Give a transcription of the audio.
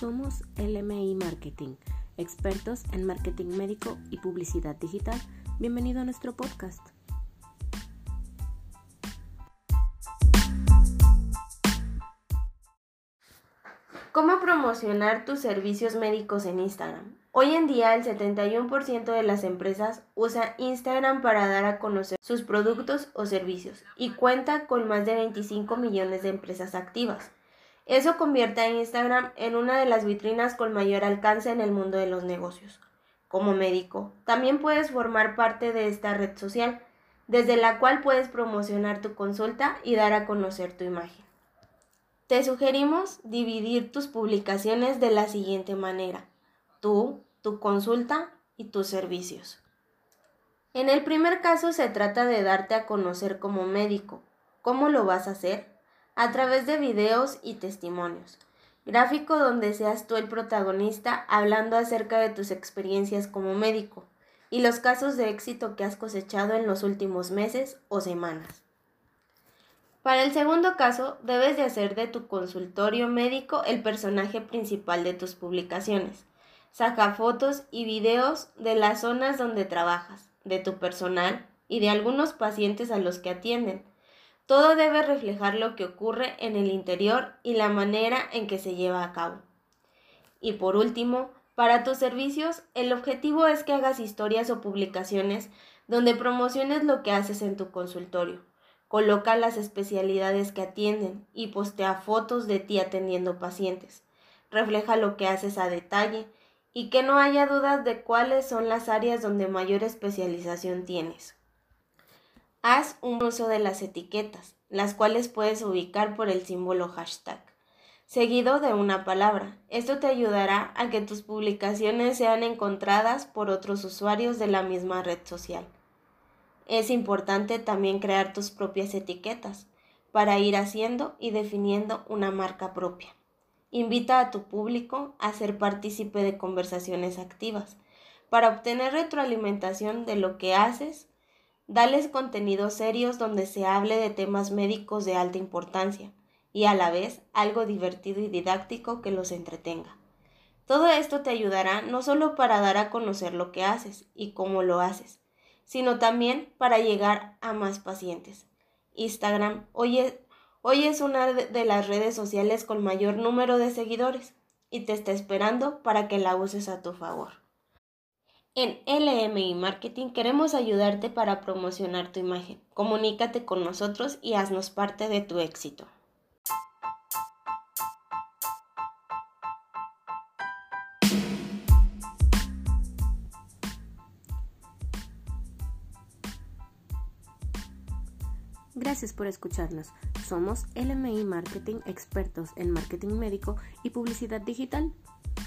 Somos LMI Marketing, expertos en marketing médico y publicidad digital. Bienvenido a nuestro podcast. ¿Cómo promocionar tus servicios médicos en Instagram? Hoy en día el 71% de las empresas usa Instagram para dar a conocer sus productos o servicios y cuenta con más de 25 millones de empresas activas. Eso convierte a Instagram en una de las vitrinas con mayor alcance en el mundo de los negocios. Como médico, también puedes formar parte de esta red social, desde la cual puedes promocionar tu consulta y dar a conocer tu imagen. Te sugerimos dividir tus publicaciones de la siguiente manera: tú, tu consulta y tus servicios. En el primer caso se trata de darte a conocer como médico. ¿Cómo lo vas a hacer? A través de videos y testimonios. Gráfico donde seas tú el protagonista hablando acerca de tus experiencias como médico y los casos de éxito que has cosechado en los últimos meses o semanas. Para el segundo caso, debes de hacer de tu consultorio médico el personaje principal de tus publicaciones. Saca fotos y videos de las zonas donde trabajas, de tu personal y de algunos pacientes a los que atienden. Todo debe reflejar lo que ocurre en el interior y la manera en que se lleva a cabo. Y por último, para tus servicios, el objetivo es que hagas historias o publicaciones donde promociones lo que haces en tu consultorio. Coloca las especialidades que atienden y postea fotos de ti atendiendo pacientes. Refleja lo que haces a detalle y que no haya dudas de cuáles son las áreas donde mayor especialización tienes. Haz un uso de las etiquetas, las cuales puedes ubicar por el símbolo hashtag, seguido de una palabra. Esto te ayudará a que tus publicaciones sean encontradas por otros usuarios de la misma red social. Es importante también crear tus propias etiquetas para ir haciendo y definiendo una marca propia. Invita a tu público a ser partícipe de conversaciones activas. Para obtener retroalimentación de lo que haces, dales contenidos serios donde se hable de temas médicos de alta importancia y a la vez algo divertido y didáctico que los entretenga. Todo esto te ayudará no solo para dar a conocer lo que haces y cómo lo haces, sino también para llegar a más pacientes. Instagram hoy es una de las redes sociales con mayor número de seguidores y te está esperando para que la uses a tu favor. En LMI Marketing queremos ayudarte para promocionar tu imagen. Comunícate con nosotros y haznos parte de tu éxito. Gracias por escucharnos. Somos LMI Marketing, expertos en marketing médico y publicidad digital.